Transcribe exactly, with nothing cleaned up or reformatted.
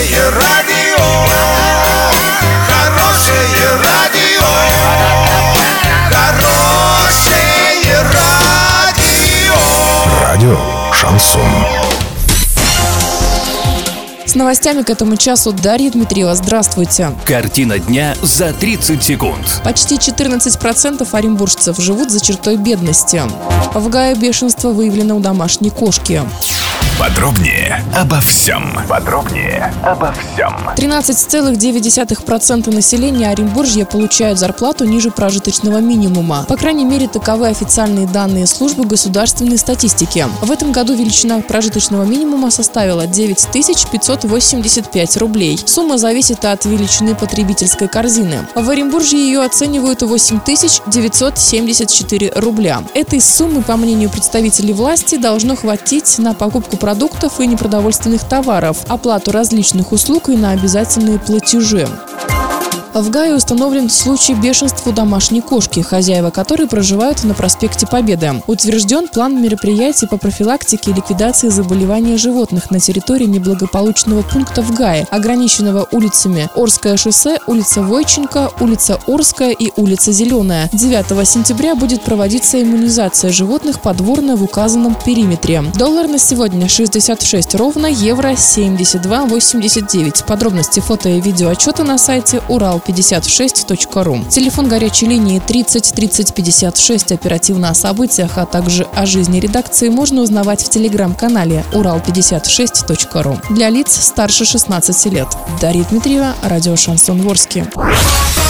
Хорошее радио, хорошее радио, хорошее радио. Радио Шансон. С новостями к этому часу Дарья Дмитриева. Здравствуйте. Картина дня за тридцать секунд. Почти четырнадцать процентов оренбуржцев живут за чертой бедности. В Гае бешенство выявлено у домашней кошки. Подробнее обо всем. Подробнее обо всем. тринадцать целых девять десятых процента населения Оренбуржья получают зарплату ниже прожиточного минимума. По крайней мере, таковы официальные данные службы государственной статистики. В этом году величина прожиточного минимума составила девять тысяч пятьсот восемьдесят пять рублей. Сумма зависит от величины потребительской корзины. В Оренбуржье ее оценивают восемь тысяч девятьсот семьдесят четыре рубля. Этой суммы, по мнению представителей власти, должно хватить на покупку продуктов и непродовольственных товаров, оплату различных услуг и на обязательные платежи. В Гае установлен случай бешенства у домашней кошки, хозяева которой проживают на проспекте Победы. Утвержден план мероприятий по профилактике и ликвидации заболевания животных на территории неблагополучного пункта в Гае, ограниченного улицами Орское шоссе, улица Войченко, улица Орская и улица Зеленая. девятого сентября будет проводиться иммунизация животных подворно в указанном периметре. Доллар на сегодня шестьдесят шесть ровно, евро семьдесят два восемьдесят девять. Подробности фото и видео отчета на сайте урал пятьдесят шесть точка ру. Телефон горячей линии тридцать тридцать пятьдесят шесть. Оперативно о событиях, а также о жизни редакции можно узнавать в телеграм-канале урал пятьдесят шесть точка ру. Для лиц старше шестнадцати лет. Дарья Дмитриева, радио Шансон Ворске.